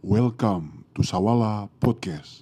Welcome to Sawala Podcast.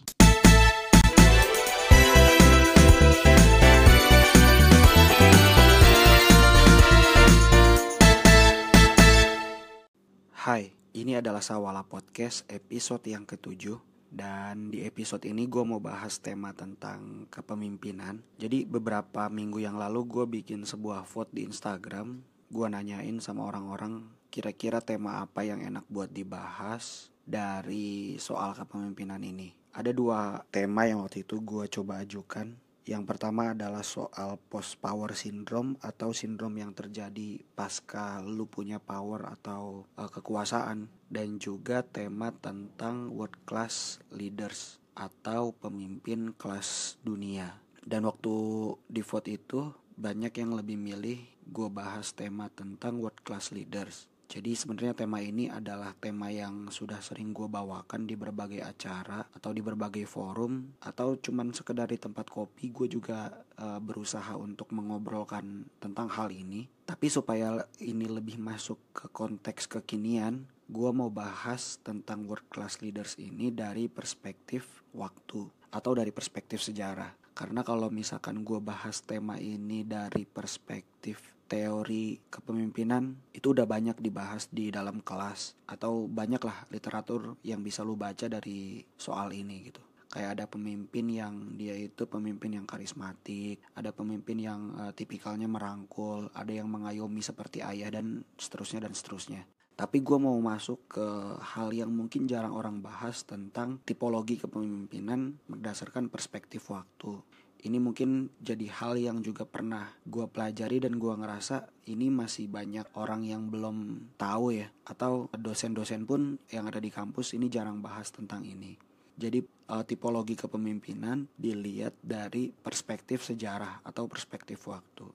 Hai, ini adalah Sawala Podcast episode yang ke-7. Dan di episode ini gue mau bahas tema tentang kepemimpinan. Jadi beberapa minggu yang lalu gue bikin sebuah vote di Instagram. Gue nanyain sama orang-orang kira-kira tema apa yang enak buat dibahas dari soal kepemimpinan ini. Ada 2 tema yang waktu itu gue coba ajukan. Yang pertama adalah soal post power syndrome atau sindrom yang terjadi pasca lu punya power atau kekuasaan, dan juga tema tentang world class leaders atau pemimpin kelas dunia. Dan waktu di vote itu banyak yang lebih milih gue bahas tema tentang world class leaders. Jadi sebenarnya tema ini adalah tema yang sudah sering gue bawakan di berbagai acara atau di berbagai forum, atau cuman sekedar di tempat kopi gue juga berusaha untuk mengobrolkan tentang hal ini. Tapi supaya ini lebih masuk ke konteks kekinian, gue mau bahas tentang world class leaders ini dari perspektif waktu atau dari perspektif sejarah. Karena kalau misalkan gue bahas tema ini dari perspektif teori kepemimpinan, itu udah banyak dibahas di dalam kelas, atau banyaklah literatur yang bisa lu baca dari soal ini gitu. Kayak ada pemimpin yang dia itu pemimpin yang karismatik, ada pemimpin yang tipikalnya merangkul, ada yang mengayomi seperti ayah, dan seterusnya dan seterusnya. Tapi gue mau masuk ke hal yang mungkin jarang orang bahas tentang tipologi kepemimpinan berdasarkan perspektif waktu. Ini mungkin jadi hal yang juga pernah gue pelajari dan gue ngerasa ini masih banyak orang yang belum tahu ya. Atau dosen-dosen pun yang ada di kampus ini jarang bahas tentang ini. Jadi tipologi kepemimpinan dilihat dari perspektif sejarah atau perspektif waktu.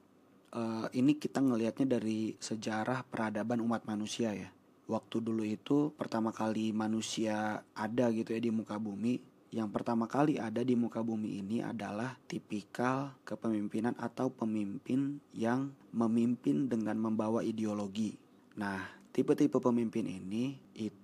Ini kita ngelihatnya dari sejarah peradaban umat manusia ya. Waktu dulu itu pertama kali manusia ada gitu ya di muka bumi. Yang pertama kali ada di muka bumi ini adalah tipikal kepemimpinan atau pemimpin yang memimpin dengan membawa ideologi. Nah, tipe-tipe pemimpin ini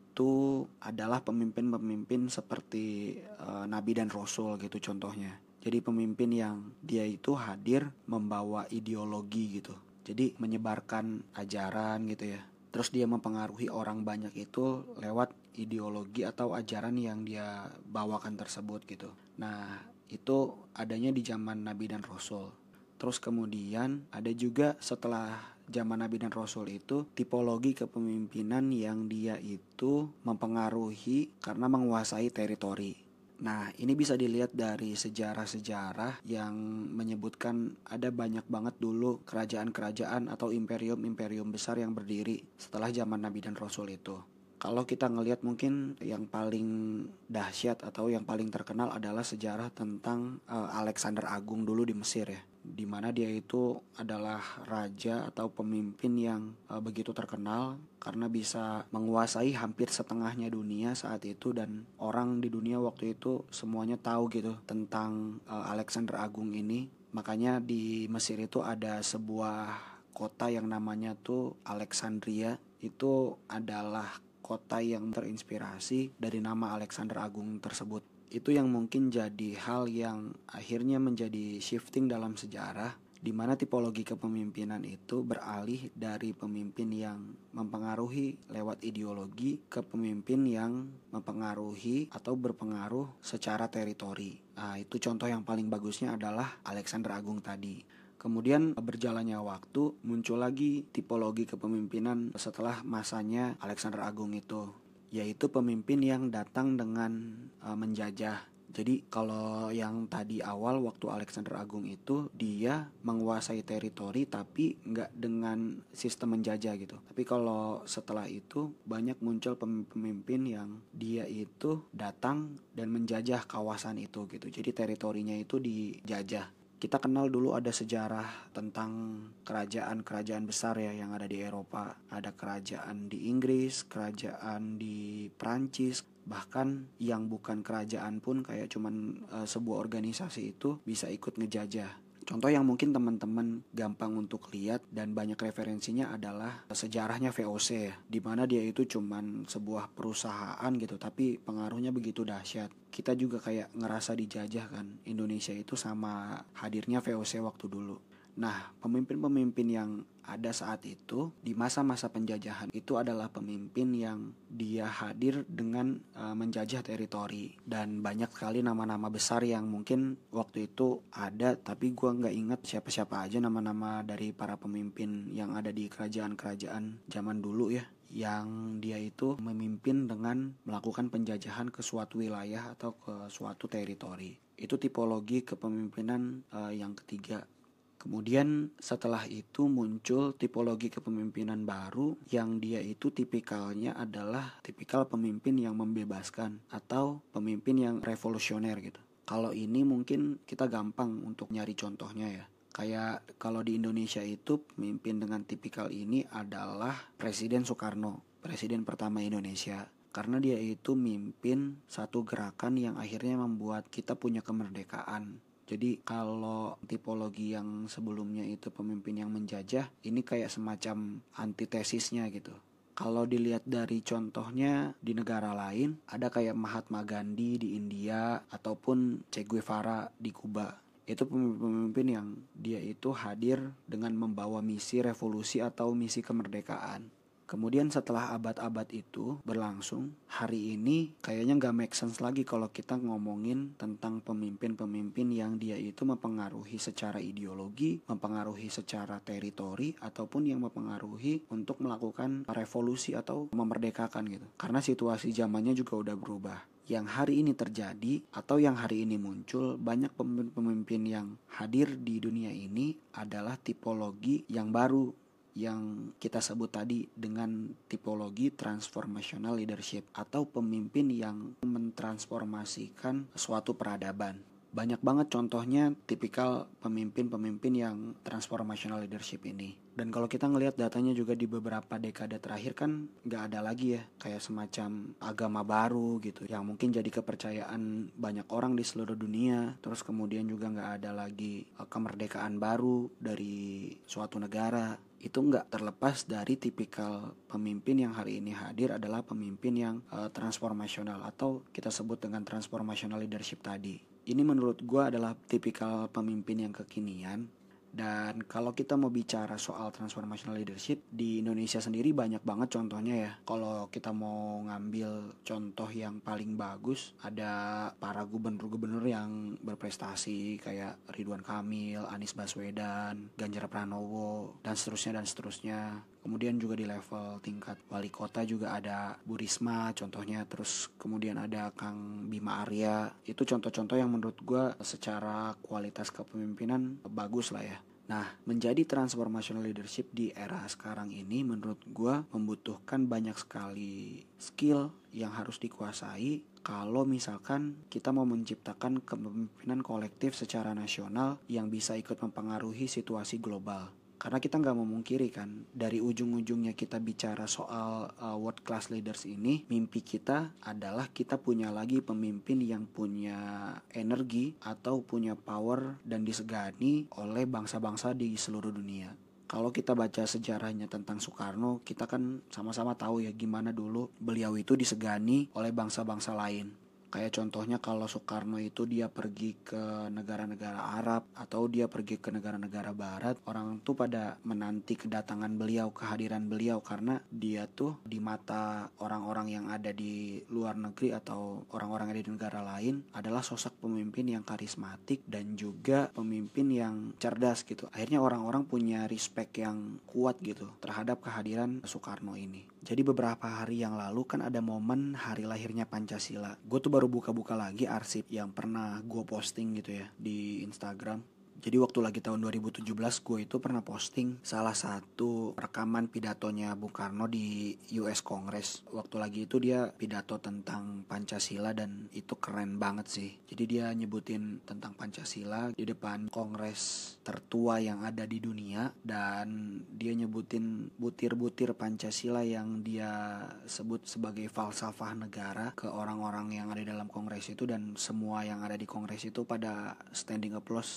itu adalah pemimpin-pemimpin seperti Nabi dan Rasul gitu contohnya. Jadi pemimpin yang dia itu hadir membawa ideologi gitu. Jadi menyebarkan ajaran gitu ya. Terus dia mempengaruhi orang banyak itu lewat ideologi atau ajaran yang dia bawakan tersebut gitu. Nah, itu adanya di zaman Nabi dan Rasul. Terus kemudian ada juga setelah zaman Nabi dan Rasul itu tipologi kepemimpinan yang dia itu mempengaruhi karena menguasai teritori. Nah, ini bisa dilihat dari sejarah-sejarah yang menyebutkan ada banyak banget dulu kerajaan-kerajaan atau imperium-imperium besar yang berdiri setelah zaman Nabi dan Rasul itu. Kalau kita ngelihat mungkin yang paling dahsyat atau yang paling terkenal adalah sejarah tentang Alexander Agung dulu di Mesir ya. Di mana dia itu adalah raja atau pemimpin yang begitu terkenal karena bisa menguasai hampir setengahnya dunia saat itu, dan orang di dunia waktu itu semuanya tahu gitu tentang Alexander Agung ini. Makanya di Mesir itu ada sebuah kota yang namanya tuh Alexandria. Itu adalah kota yang terinspirasi dari nama Alexander Agung tersebut. Itu yang mungkin jadi hal yang akhirnya menjadi shifting dalam sejarah, di mana tipologi kepemimpinan itu beralih dari pemimpin yang mempengaruhi lewat ideologi ke pemimpin yang mempengaruhi atau berpengaruh secara teritori. Nah, itu contoh yang paling bagusnya adalah Alexander Agung tadi. Kemudian berjalannya waktu muncul lagi tipologi kepemimpinan setelah masanya Alexander Agung itu, yaitu pemimpin yang datang dengan menjajah. Jadi kalau yang tadi awal waktu Alexander Agung itu dia menguasai teritori tapi nggak dengan sistem menjajah gitu. Tapi kalau setelah itu banyak muncul pemimpin yang dia itu datang dan menjajah kawasan itu gitu. Jadi teritorinya itu dijajah. Kita kenal dulu ada sejarah tentang kerajaan-kerajaan besar ya yang ada di Eropa. Ada kerajaan di Inggris, kerajaan di Prancis, bahkan yang bukan kerajaan pun kayak cuman sebuah organisasi itu bisa ikut ngejajah. Contoh yang mungkin teman-teman gampang untuk lihat dan banyak referensinya adalah sejarahnya VOC ya, dimana dia itu cuman sebuah perusahaan gitu, tapi pengaruhnya begitu dahsyat. Kita juga kayak ngerasa dijajah kan Indonesia itu sama hadirnya VOC waktu dulu. Nah, pemimpin-pemimpin yang ada saat itu di masa-masa penjajahan itu adalah pemimpin yang dia hadir dengan menjajah teritori, dan banyak sekali nama-nama besar yang mungkin waktu itu ada, tapi gue nggak ingat siapa-siapa aja nama-nama dari para pemimpin yang ada di kerajaan-kerajaan zaman dulu ya, yang dia itu memimpin dengan melakukan penjajahan ke suatu wilayah atau ke suatu teritori. Itu tipologi kepemimpinan yang ketiga. Kemudian setelah itu muncul tipologi kepemimpinan baru yang dia itu tipikalnya adalah tipikal pemimpin yang membebaskan atau pemimpin yang revolusioner gitu. Kalau ini mungkin kita gampang untuk nyari contohnya ya. Kayak kalau di Indonesia itu pemimpin dengan tipikal ini adalah Presiden Soekarno, presiden pertama Indonesia. Karena dia itu mimpin satu gerakan yang akhirnya membuat kita punya kemerdekaan. Jadi kalau tipologi yang sebelumnya itu pemimpin yang menjajah, ini kayak semacam antitesisnya gitu. Kalau dilihat dari contohnya di negara lain, ada kayak Mahatma Gandhi di India ataupun Che Guevara di Kuba. Itu pemimpin yang dia itu hadir dengan membawa misi revolusi atau misi kemerdekaan. Kemudian setelah abad-abad itu berlangsung, hari ini kayaknya nggak make sense lagi kalau kita ngomongin tentang pemimpin-pemimpin yang dia itu mempengaruhi secara ideologi, mempengaruhi secara teritori, ataupun yang mempengaruhi untuk melakukan revolusi atau memerdekakan gitu. Karena situasi zamannya juga udah berubah. Yang hari ini terjadi atau yang hari ini muncul, banyak pemimpin yang hadir di dunia ini adalah tipologi yang baru, yang kita sebut tadi dengan tipologi transformational leadership atau pemimpin yang mentransformasikan suatu peradaban. Banyak banget contohnya tipikal pemimpin-pemimpin yang transformational leadership ini. Dan kalau kita ngelihat datanya juga di beberapa dekade terakhir kan nggak ada lagi ya kayak semacam agama baru gitu yang mungkin jadi kepercayaan banyak orang di seluruh dunia. Terus kemudian juga nggak ada lagi kemerdekaan baru dari suatu negara. Itu nggak terlepas dari tipikal pemimpin yang hari ini hadir adalah pemimpin yang transformasional atau kita sebut dengan transformational leadership tadi. Ini menurut gue adalah tipikal pemimpin yang kekinian. Dan kalau kita mau bicara soal transformational leadership di Indonesia sendiri banyak banget contohnya ya. Kalau kita mau ngambil contoh yang paling bagus, ada para gubernur-gubernur yang berprestasi kayak Ridwan Kamil, Anies Baswedan, Ganjar Pranowo, dan seterusnya. Kemudian juga di level tingkat wali kota juga ada Bu Risma contohnya. Terus kemudian ada Kang Bima Arya. Itu contoh-contoh yang menurut gue secara kualitas kepemimpinan bagus lah ya. Nah, menjadi transformational leadership di era sekarang ini menurut gue membutuhkan banyak sekali skill yang harus dikuasai kalau misalkan kita mau menciptakan kepemimpinan kolektif secara nasional yang bisa ikut mempengaruhi situasi global. Karena kita nggak memungkiri kan, dari ujung-ujungnya kita bicara soal world class leaders ini, mimpi kita adalah kita punya lagi pemimpin yang punya energi atau punya power dan disegani oleh bangsa-bangsa di seluruh dunia. Kalau kita baca sejarahnya tentang Soekarno, kita kan sama-sama tahu ya gimana dulu beliau itu disegani oleh bangsa-bangsa lain. Kayak contohnya kalau Soekarno itu dia pergi ke negara-negara Arab atau dia pergi ke negara-negara Barat, orang tuh pada menanti kedatangan beliau, kehadiran beliau, karena dia tuh di mata orang-orang yang ada di luar negeri atau orang-orang yang ada di negara lain adalah sosok pemimpin yang karismatik dan juga pemimpin yang cerdas gitu. Akhirnya orang-orang punya respect yang kuat gitu terhadap kehadiran Soekarno ini. Jadi beberapa hari yang lalu kan ada momen hari lahirnya Pancasila. Gue tuh baru buka-buka lagi arsip yang pernah gue posting gitu ya di Instagram. Jadi waktu lagi tahun 2017 gue itu pernah posting salah satu rekaman pidatonya Bung Karno di US Congress. Waktu lagi itu dia pidato tentang Pancasila dan itu keren banget sih. Jadi dia nyebutin tentang Pancasila di depan Kongres tertua yang ada di dunia. Dan dia nyebutin butir-butir Pancasila yang dia sebut sebagai falsafah negara ke orang-orang yang ada dalam Kongres itu. Dan semua yang ada di Kongres itu pada standing applause. Jadi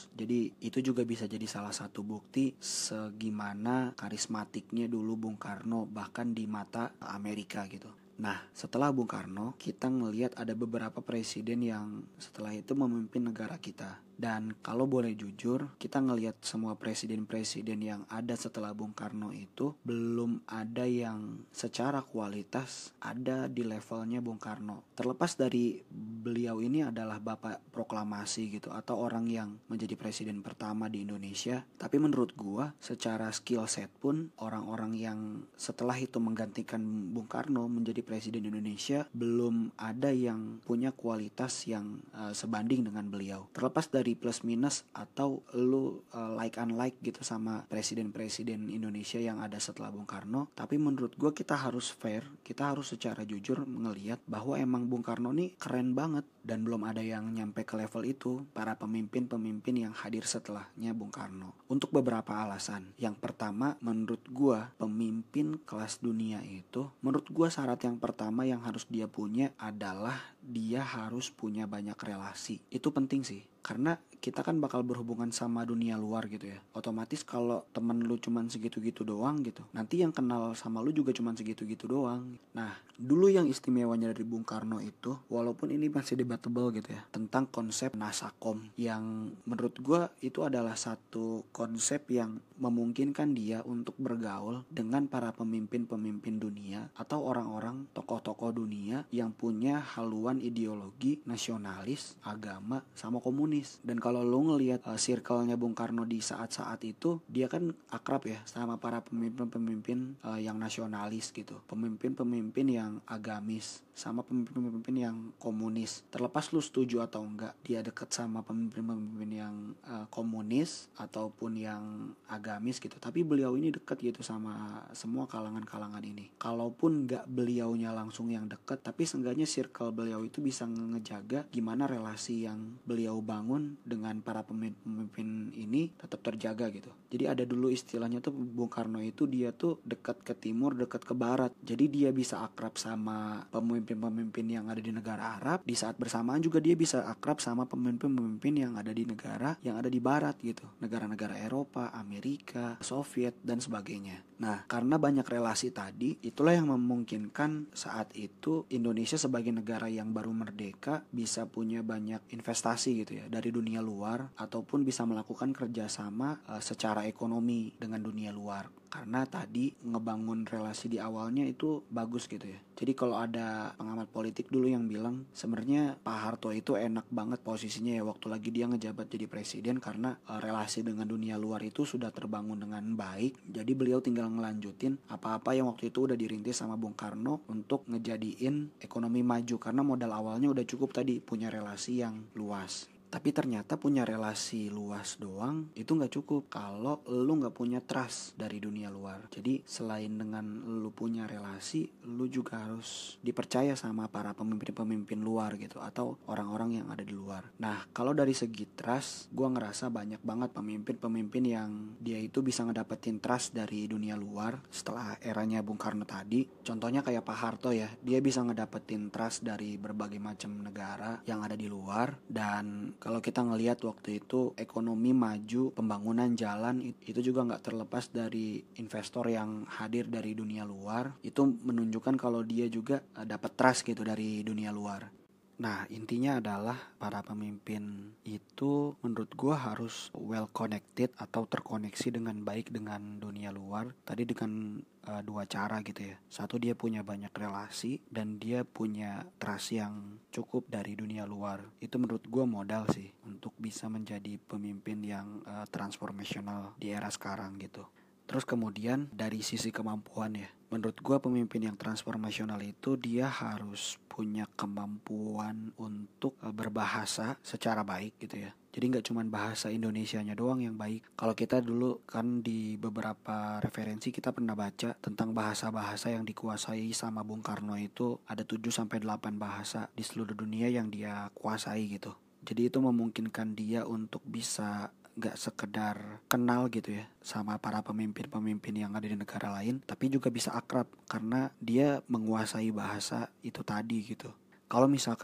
Jadi itu juga bisa jadi salah satu bukti segimana karismatiknya dulu Bung Karno bahkan di mata Amerika gitu. Nah, setelah Bung Karno, kita ngelihat ada beberapa presiden yang setelah itu memimpin negara kita. Dan kalau boleh jujur, kita ngelihat semua presiden-presiden yang ada setelah Bung Karno itu belum ada yang secara kualitas ada di levelnya Bung Karno. Terlepas dari beliau ini adalah bapak proklamasi gitu, atau orang yang menjadi presiden pertama di Indonesia. Tapi menurut gua, secara skill set pun orang-orang yang setelah itu menggantikan Bung Karno menjadi presiden Indonesia belum ada yang punya kualitas yang sebanding dengan beliau. Terlepas dari plus minus atau lu like unlike gitu sama presiden-presiden Indonesia yang ada setelah Bung Karno, tapi menurut gue kita harus fair, kita harus secara jujur ngelihat bahwa emang Bung Karno nih keren banget dan belum ada yang nyampe ke level itu para pemimpin-pemimpin yang hadir setelahnya Bung Karno. Untuk beberapa alasan. Yang pertama, menurut gue pemimpin kelas dunia itu, menurut gue syarat yang pertama yang harus dia punya adalah dia harus punya banyak relasi. Itu penting sih. Karena kita kan bakal berhubungan sama dunia luar gitu ya. Otomatis kalau temen lu cuman segitu-gitu doang gitu, nanti yang kenal sama lu juga cuman segitu-gitu doang. Nah, dulu yang istimewanya dari Bung Karno itu, walaupun ini masih debatable gitu ya, tentang konsep Nasakom, yang menurut gue itu adalah satu konsep yang memungkinkan dia untuk bergaul dengan para pemimpin-pemimpin dunia atau orang-orang tokoh-tokoh dunia yang punya haluan ideologi nasionalis, agama, sama komunis. Dan kalau lo ngelihat circle-nya Bung Karno di saat-saat itu, dia kan akrab ya sama para pemimpin-pemimpin yang nasionalis gitu, pemimpin-pemimpin yang agamis, sama pemimpin-pemimpin yang komunis. Terlepas lu setuju atau enggak dia dekat sama pemimpin-pemimpin yang komunis ataupun yang agamis gitu, tapi beliau ini dekat gitu sama semua kalangan-kalangan ini. Kalaupun enggak beliaunya langsung yang dekat, tapi seenggaknya circle beliau itu bisa ngejaga gimana relasi yang beliau bangun dengan para pemimpin ini tetap terjaga gitu. Jadi ada dulu istilahnya tuh Bung Karno itu dia tuh dekat ke timur, dekat ke barat. Jadi dia bisa akrab sama pemimpin-pemimpin yang ada di negara Arab, di saat bersamaan juga dia bisa akrab sama pemimpin-pemimpin yang ada di negara yang ada di barat gitu. Negara-negara Eropa, Amerika, Soviet, dan sebagainya. Nah, karena banyak relasi tadi, itulah yang memungkinkan saat itu Indonesia sebagai negara yang baru merdeka bisa punya banyak investasi gitu ya dari dunia luar, ataupun bisa melakukan kerjasama secara ekonomi dengan dunia luar. Karena tadi ngebangun relasi di awalnya itu bagus gitu ya. Jadi kalau ada pengamat politik dulu yang bilang sebenarnya Pak Harto itu enak banget posisinya ya waktu lagi dia ngejabat jadi presiden, karena relasi dengan dunia luar itu sudah terbangun dengan baik. Jadi beliau tinggal ngelanjutin apa-apa yang waktu itu udah dirintis sama Bung Karno untuk ngejadiin ekonomi maju, karena modal awalnya udah cukup tadi punya relasi yang luas. Tapi ternyata punya relasi luas doang itu gak cukup kalau lu gak punya trust dari dunia luar. Jadi selain dengan lu punya relasi, lu juga harus dipercaya sama para pemimpin-pemimpin luar gitu, atau orang-orang yang ada di luar. Nah, kalau dari segi trust, gue ngerasa banyak banget pemimpin-pemimpin yang dia itu bisa ngedapetin trust dari dunia luar setelah eranya Bung Karno tadi. Contohnya kayak Pak Harto ya, dia bisa ngedapetin trust dari berbagai macam negara yang ada di luar. Dan kalau kita ngelihat waktu itu ekonomi maju, pembangunan jalan itu juga nggak terlepas dari investor yang hadir dari dunia luar. Itu menunjukkan kalau dia juga dapat trust gitu dari dunia luar. Nah, intinya adalah para pemimpin itu menurut gue harus well connected atau terkoneksi dengan baik dengan dunia luar. Tadi dengan dua cara gitu ya. Satu, dia punya banyak relasi dan dia punya trust yang cukup dari dunia luar. Itu menurut gue modal sih untuk bisa menjadi pemimpin yang transformational di era sekarang gitu. Terus kemudian dari sisi kemampuan ya, menurut gue pemimpin yang transformasional itu dia harus punya kemampuan untuk berbahasa secara baik gitu ya. Jadi gak cuma bahasa Indonesianya doang yang baik. Kalau kita dulu kan di beberapa referensi kita pernah baca tentang bahasa-bahasa yang dikuasai sama Bung Karno itu ada 7-8 bahasa di seluruh dunia yang dia kuasai gitu. Jadi itu memungkinkan dia untuk bisa gak sekedar kenal gitu ya sama para pemimpin-pemimpin yang ada di negara lain, tapi juga bisa akrab karena dia menguasai bahasa itu tadi gitu. Kalau misalkan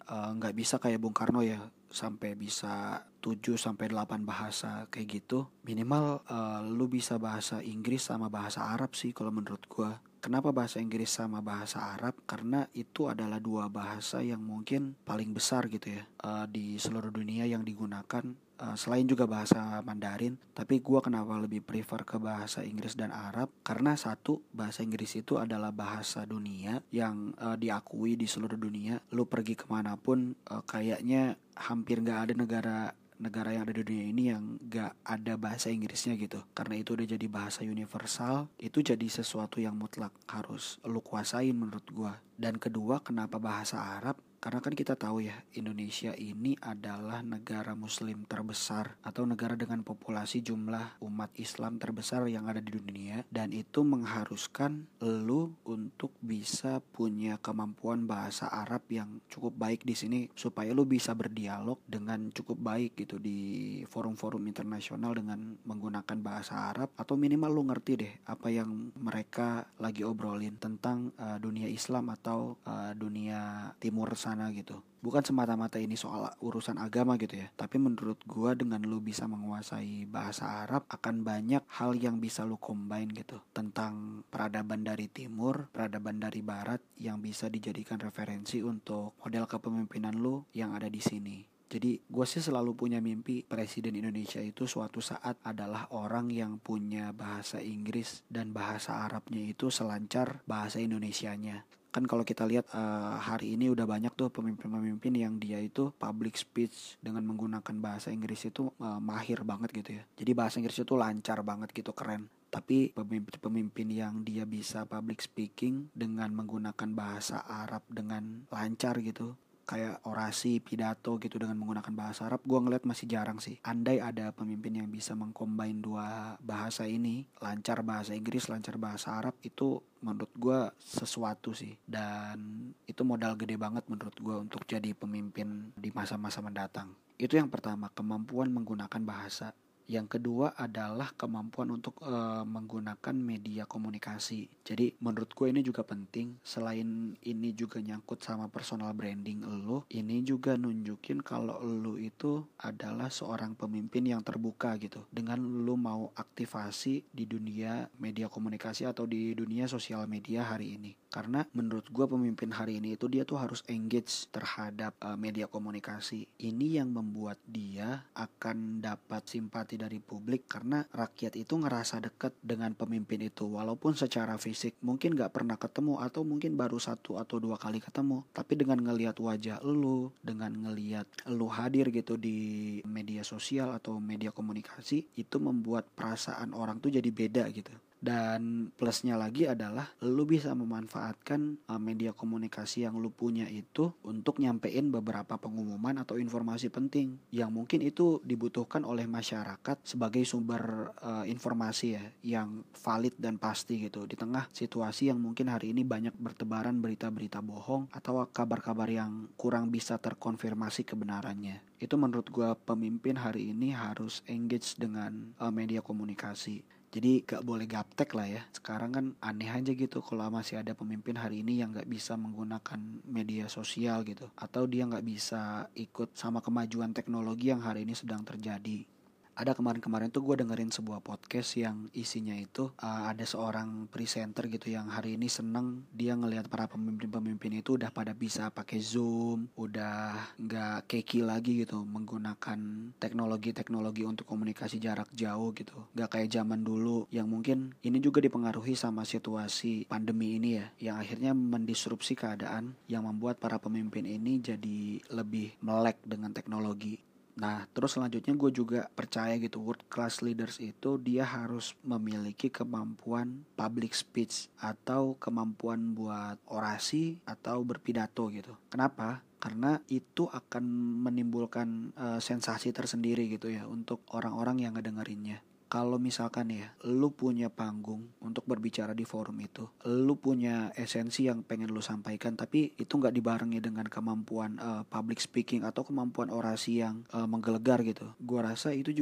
nggak bisa kayak Bung Karno ya sampai bisa 7 sampai 8 bahasa kayak gitu. Minimal lu bisa bahasa Inggris sama bahasa Arab sih kalau menurut gua. Kenapa bahasa Inggris sama bahasa Arab? Karena itu adalah dua bahasa yang mungkin paling besar gitu ya di seluruh dunia yang digunakan, selain juga bahasa Mandarin. Tapi gua kenapa lebih prefer ke bahasa Inggris dan Arab? Karena satu, bahasa Inggris itu adalah bahasa dunia yang diakui di seluruh dunia. Lu pergi kemanapun kayaknya hampir gak ada negara yang ada di dunia ini yang gak ada bahasa Inggrisnya gitu. Karena itu udah jadi bahasa universal, itu jadi sesuatu yang mutlak harus lu kuasain menurut gua. Dan kedua, kenapa bahasa Arab? Karena kan kita tahu ya, Indonesia ini adalah negara muslim terbesar atau negara dengan populasi jumlah umat Islam terbesar yang ada di dunia, dan itu mengharuskan lu untuk bisa punya kemampuan bahasa Arab yang cukup baik di sini supaya lu bisa berdialog dengan cukup baik gitu di forum-forum internasional dengan menggunakan bahasa Arab, atau minimal lu ngerti deh apa yang mereka lagi obrolin tentang dunia Islam atau dunia timur sana gitu. Bukan semata-mata ini soal urusan agama gitu ya, tapi menurut gua dengan lu bisa menguasai bahasa Arab akan banyak hal yang bisa lu combine gitu tentang peradaban dari timur, peradaban dari barat yang bisa dijadikan referensi untuk model kepemimpinan lu yang ada di sini. Jadi gue sih selalu punya mimpi Presiden Indonesia itu suatu saat adalah orang yang punya bahasa Inggris dan bahasa Arabnya itu selancar bahasa Indonesianya. Kan kalau kita lihat hari ini udah banyak tuh pemimpin-pemimpin yang dia itu public speech dengan menggunakan bahasa Inggris itu mahir banget gitu ya. Jadi bahasa Inggris itu lancar banget gitu, keren. Tapi pemimpin yang dia bisa public speaking dengan menggunakan bahasa Arab dengan lancar gitu, kayak orasi, pidato gitu dengan menggunakan bahasa Arab, gue ngeliat masih jarang sih. Andai ada pemimpin yang bisa mengcombine dua bahasa ini, lancar bahasa Inggris, lancar bahasa Arab, itu menurut gue sesuatu sih. Dan itu modal gede banget menurut gue untuk jadi pemimpin di masa-masa mendatang. Itu yang pertama, kemampuan menggunakan bahasa. Yang kedua adalah kemampuan untuk menggunakan media komunikasi. Jadi menurut gue ini juga penting. Selain ini juga nyangkut sama personal branding lo, ini juga nunjukin kalau lo itu adalah seorang pemimpin yang terbuka gitu. Dengan lo mau aktivasi di dunia media komunikasi atau di dunia sosial media hari ini. Karena menurut gue pemimpin hari ini itu dia tuh harus engage terhadap media komunikasi. Ini yang membuat dia akan dapat simpati dari publik karena rakyat itu ngerasa dekat dengan pemimpin itu. Walaupun secara fisik mungkin gak pernah ketemu atau mungkin baru 1 atau 2 kali ketemu. Tapi dengan ngelihat wajah lu, dengan ngelihat lu hadir gitu di media sosial atau media komunikasi, itu membuat perasaan orang tuh jadi beda gitu. Dan plusnya lagi adalah lu bisa memanfaatkan media komunikasi yang lu punya itu untuk nyampein beberapa pengumuman atau informasi penting yang mungkin itu dibutuhkan oleh masyarakat sebagai sumber informasi ya yang valid dan pasti gitu di tengah situasi yang mungkin hari ini banyak bertebaran berita-berita bohong atau kabar-kabar yang kurang bisa terkonfirmasi kebenarannya. Itu menurut gua pemimpin hari ini harus engage dengan media komunikasi. Jadi gak boleh gaptek lah ya. Sekarang kan aneh aja gitu kalau masih ada pemimpin hari ini yang gak bisa menggunakan media sosial gitu. Atau dia gak bisa ikut sama kemajuan teknologi yang hari ini sedang terjadi. Ada kemarin-kemarin tuh gue dengerin sebuah podcast yang isinya itu ada seorang presenter gitu yang hari ini seneng dia ngelihat para pemimpin-pemimpin itu udah pada bisa pakai Zoom, udah nggak keki lagi gitu menggunakan teknologi-teknologi untuk komunikasi jarak jauh gitu, nggak kayak zaman dulu yang mungkin ini juga dipengaruhi sama situasi pandemi ini ya, yang akhirnya mendisrupsi keadaan yang membuat para pemimpin ini jadi lebih melek dengan teknologi. Nah terus selanjutnya gue juga percaya gitu world class leaders itu dia harus memiliki kemampuan public speech atau kemampuan buat orasi atau berpidato gitu. Kenapa? Karena itu akan menimbulkan sensasi tersendiri gitu ya untuk orang-orang yang ngedengerinnya. Kalau misalkan ya, lu punya panggung untuk berbicara di forum itu, lu punya esensi yang pengen lu sampaikan, tapi itu nggak dibarengi dengan kemampuan public speaking atau kemampuan orasi yang menggelegar gitu. Gua rasa itu juga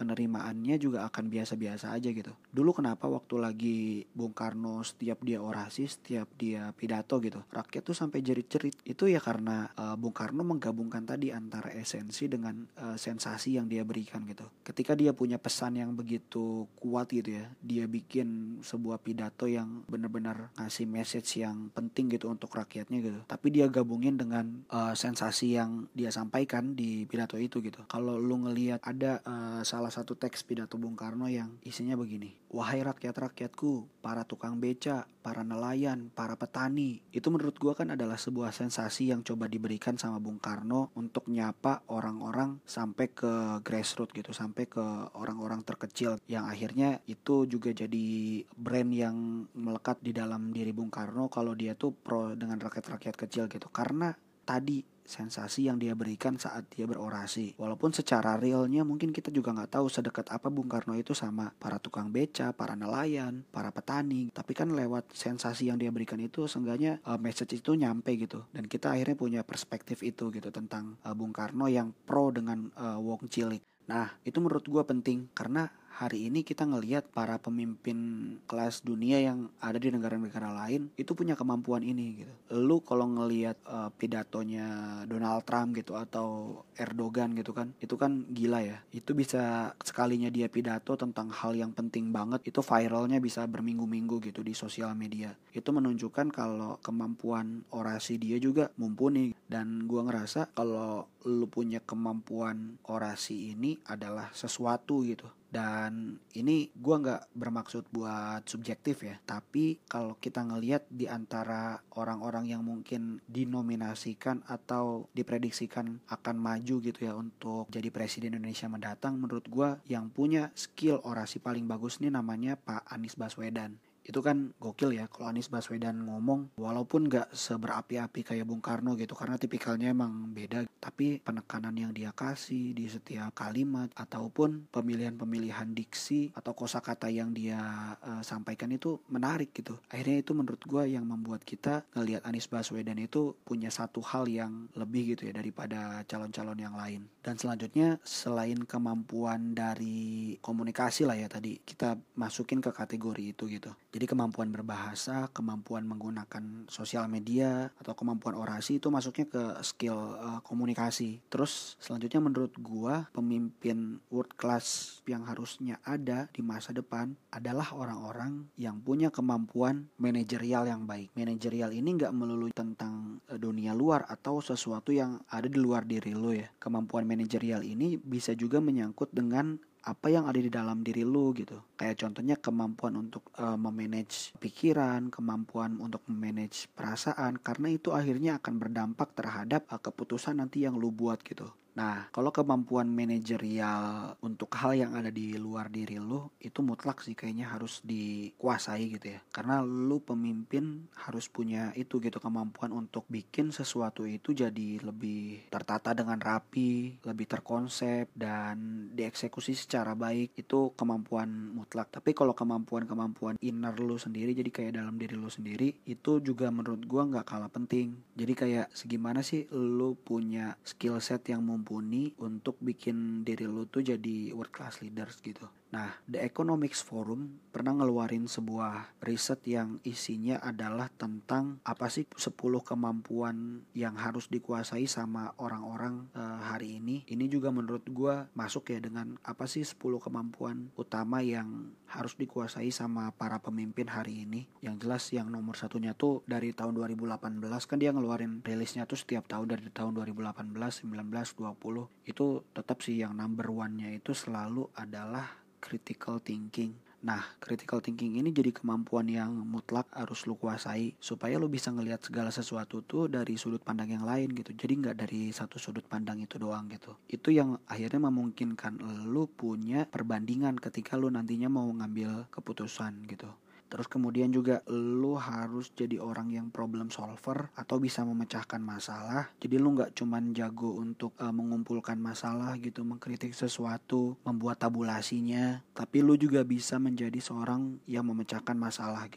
penerimaannya juga akan biasa-biasa aja gitu. Dulu kenapa waktu lagi Bung Karno setiap dia orasi, setiap dia pidato gitu, rakyat tuh sampai jerit-jerit. Itu ya karena Bung Karno menggabungkan tadi antara esensi dengan sensasi yang dia berikan gitu. Ketika dia punya pesan yang begitu kuat gitu ya, dia bikin sebuah pidato yang benar-benar ngasih message yang penting gitu untuk rakyatnya gitu. Tapi dia gabungin dengan sensasi yang dia sampaikan di pidato itu gitu. Kalau lu ngelihat ada salah satu teks pidato Bung Karno yang isinya begini, wahai rakyat-rakyatku, para tukang beca, para nelayan, para petani. Itu menurut gua kan adalah sebuah sensasi yang coba diberikan sama Bung Karno untuk nyapa orang-orang sampai ke grassroots gitu, sampai ke orang-orang terkecil, yang akhirnya itu juga jadi brand yang melekat di dalam diri Bung Karno kalau dia tuh pro dengan rakyat-rakyat kecil gitu. Karena tadi sensasi yang dia berikan saat dia berorasi. Walaupun secara realnya mungkin kita juga nggak tahu sedekat apa Bung Karno itu sama para tukang beca, para nelayan, para petani. Tapi kan lewat sensasi yang dia berikan itu seenggaknya message itu nyampe gitu. Dan kita akhirnya punya perspektif itu gitu tentang Bung Karno yang pro dengan wong cilik. Nah, itu menurut gue penting karena hari ini kita ngelihat para pemimpin kelas dunia yang ada di negara-negara lain itu punya kemampuan ini gitu. Lu kalau ngelihat pidatonya Donald Trump gitu atau Erdogan gitu kan, itu kan gila ya. Itu bisa sekalinya dia pidato tentang hal yang penting banget, itu viralnya bisa berminggu-minggu gitu di sosial media. Itu menunjukkan kalau kemampuan orasi dia juga mumpuni. Dan gua ngerasa kalau lu punya kemampuan orasi ini adalah sesuatu gitu. Dan ini gue nggak bermaksud buat subjektif ya, tapi kalau kita ngelihat di antara orang-orang yang mungkin dinominasikan atau diprediksikan akan maju gitu ya untuk jadi presiden Indonesia mendatang, menurut gue yang punya skill orasi paling bagus nih namanya Pak Anies Baswedan. Itu kan gokil ya kalau Anies Baswedan ngomong, walaupun gak seberapi-api kayak Bung Karno gitu karena tipikalnya emang beda, tapi penekanan yang dia kasih di setiap kalimat ataupun pemilihan-pemilihan diksi atau kosakata yang dia sampaikan itu menarik gitu. Akhirnya itu menurut gue yang membuat kita ngelihat Anies Baswedan itu punya satu hal yang lebih gitu ya daripada calon-calon yang lain. Dan selanjutnya selain kemampuan dari komunikasi lah ya tadi, kita masukin ke kategori itu gitu. Jadi kemampuan berbahasa, kemampuan menggunakan sosial media, atau kemampuan orasi itu masuknya ke skill komunikasi. Terus selanjutnya menurut gua pemimpin world class yang harusnya ada di masa depan adalah orang-orang yang punya kemampuan manajerial yang baik. Manajerial ini gak melulu tentang dunia luar atau sesuatu yang ada di luar diri lo ya. Kemampuan manajerial ini bisa juga menyangkut dengan apa yang ada di dalam diri lu gitu. Kayak contohnya kemampuan untuk memanage pikiran, kemampuan untuk memanage perasaan, karena itu akhirnya akan berdampak terhadap keputusan nanti yang lu buat gitu. Nah, kalau kemampuan manajerial untuk hal yang ada di luar diri lu itu mutlak sih kayaknya harus dikuasai gitu ya. Karena lu pemimpin harus punya itu gitu, kemampuan untuk bikin sesuatu itu jadi lebih tertata dengan rapi, lebih terkonsep dan dieksekusi secara baik. Itu kemampuan mutlak. Tapi kalau kemampuan inner lu sendiri, jadi kayak dalam diri lu sendiri, itu juga menurut gua gak kalah penting. Jadi kayak segimana sih lu punya skill set yang mumpuni untuk bikin diri lu tuh jadi world class leaders gitu. Nah, The Economics Forum pernah ngeluarin sebuah riset yang isinya adalah tentang apa sih 10 kemampuan yang harus dikuasai sama orang-orang hari ini. Ini juga menurut gue masuk ya dengan apa sih 10 kemampuan utama yang harus dikuasai sama para pemimpin hari ini. Yang jelas yang nomor satunya tuh dari tahun 2018 kan dia ngeluarin rilisnya tuh setiap tahun dari tahun 2018, 19, 20. Itu tetap sih yang number one-nya itu selalu adalah critical thinking. Nah, critical thinking ini jadi kemampuan yang mutlak harus lu kuasai supaya lu bisa ngelihat segala sesuatu tuh dari sudut pandang yang lain gitu. Jadi nggak dari satu sudut pandang itu doang gitu. Itu yang akhirnya memungkinkan lu punya perbandingan ketika lu nantinya mau ngambil keputusan gitu. Terus kemudian juga lu harus jadi orang yang problem solver atau bisa memecahkan masalah. Jadi lu gak cuman jago untuk mengumpulkan masalah gitu, mengkritik sesuatu, membuat tabulasinya, tapi lu juga bisa menjadi seorang yang memecahkan masalah gitu.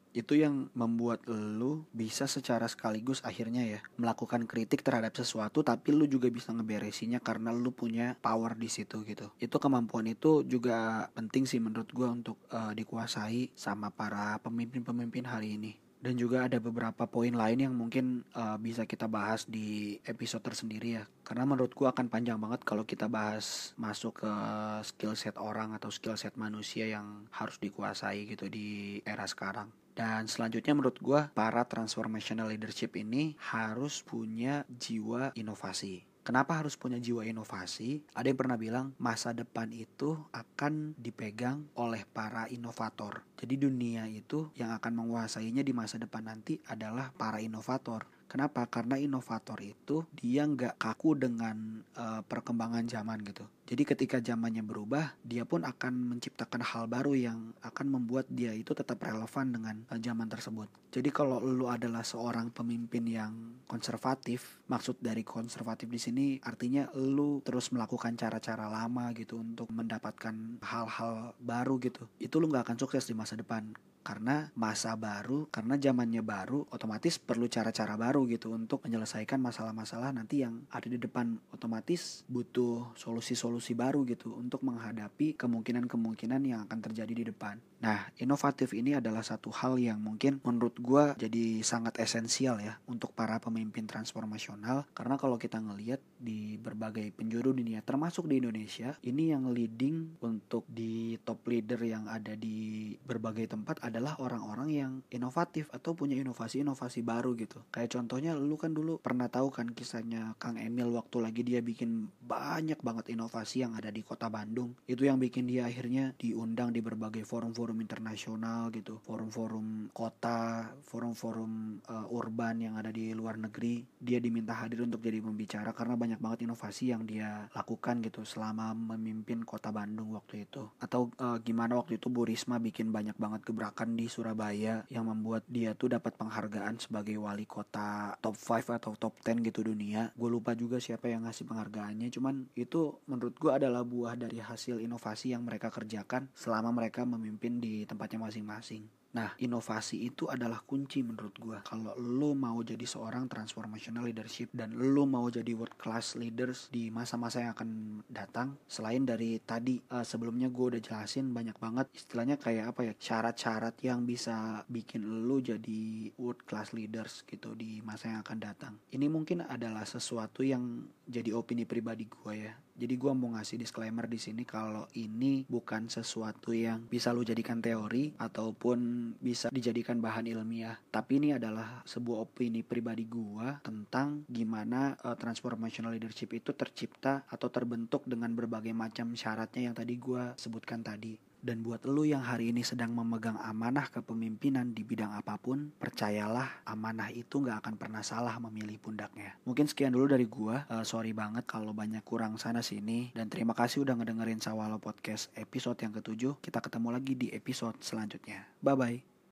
Itu yang membuat lu bisa secara sekaligus akhirnya ya melakukan kritik terhadap sesuatu, tapi lu juga bisa ngeberesinnya karena lu punya power di situ gitu. Itu kemampuan itu juga penting sih menurut gue untuk dikuasai sama para pemimpin-pemimpin hari ini. Dan juga ada beberapa poin lain yang mungkin bisa kita bahas di episode tersendiri ya. Karena menurut gue akan panjang banget kalau kita bahas masuk ke skill set orang atau skill set manusia yang harus dikuasai gitu di era sekarang. Dan selanjutnya menurut gue para transformational leadership ini harus punya jiwa inovasi. Kenapa harus punya jiwa inovasi? Ada yang pernah bilang masa depan itu akan dipegang oleh para inovator. Jadi dunia itu yang akan menguasainya di masa depan nanti adalah para inovator. Kenapa? Karena inovator itu dia nggak kaku dengan perkembangan zaman gitu. Jadi ketika zamannya berubah, dia pun akan menciptakan hal baru yang akan membuat dia itu tetap relevan dengan zaman tersebut. Jadi kalau lu adalah seorang pemimpin yang konservatif, maksud dari konservatif di sini artinya lu terus melakukan cara-cara lama gitu untuk mendapatkan hal-hal baru gitu. Itu lu nggak akan sukses di masa depan. Karena masa baru, karena zamannya baru, otomatis perlu cara-cara baru gitu untuk menyelesaikan masalah-masalah nanti yang ada di depan. Otomatis butuh solusi-solusi baru gitu untuk menghadapi kemungkinan-kemungkinan yang akan terjadi di depan. Nah, inovatif ini adalah satu hal yang mungkin menurut gue jadi sangat esensial ya untuk para pemimpin transformasional. Karena kalau kita ngelihat di berbagai penjuru dunia, termasuk di Indonesia, ini yang leading untuk di top leader yang ada di berbagai tempat adalah orang-orang yang inovatif atau punya inovasi-inovasi baru gitu. Kayak contohnya lu kan dulu pernah tahu kan kisahnya Kang Emil waktu lagi dia bikin banyak banget inovasi yang ada di kota Bandung. Itu yang bikin dia akhirnya diundang di berbagai forum-forum internasional gitu. Forum-forum kota, forum-forum urban yang ada di luar negeri. Dia diminta hadir untuk jadi pembicara karena banyak banget inovasi yang dia lakukan gitu selama memimpin kota Bandung waktu itu. Atau gimana waktu itu Bu Risma bikin banyak banget gebrakan di Surabaya yang membuat dia tuh dapat penghargaan sebagai wali kota top 5 atau top 10 gitu dunia. Gue lupa juga siapa yang ngasih penghargaannya, cuman itu menurut gue adalah buah dari hasil inovasi yang mereka kerjakan selama mereka memimpin di tempatnya masing-masing. Nah, inovasi itu adalah kunci menurut gue. Kalau lo mau jadi seorang transformational leadership dan lo mau jadi world class leaders di masa-masa yang akan datang, selain dari tadi sebelumnya gue udah jelasin banyak banget istilahnya kayak apa ya, syarat-syarat yang bisa bikin lo jadi world class leaders gitu di masa yang akan datang. Ini mungkin adalah sesuatu yang jadi opini pribadi gue ya. Jadi gue mau ngasih disclaimer di sini kalau ini bukan sesuatu yang bisa lo jadikan teori ataupun bisa dijadikan bahan ilmiah. Tapi ini adalah sebuah opini pribadi gue tentang gimana transformational leadership itu tercipta atau terbentuk dengan berbagai macam syaratnya yang tadi gue sebutkan tadi. Dan buat lu yang hari ini sedang memegang amanah kepemimpinan di bidang apapun, percayalah amanah itu gak akan pernah salah memilih pundaknya. Mungkin sekian dulu dari gua. Sorry banget kalau banyak kurang sana sini. Dan terima kasih udah ngedengerin Sawalo Podcast episode yang ke-7. Kita ketemu lagi di episode selanjutnya. Bye-bye.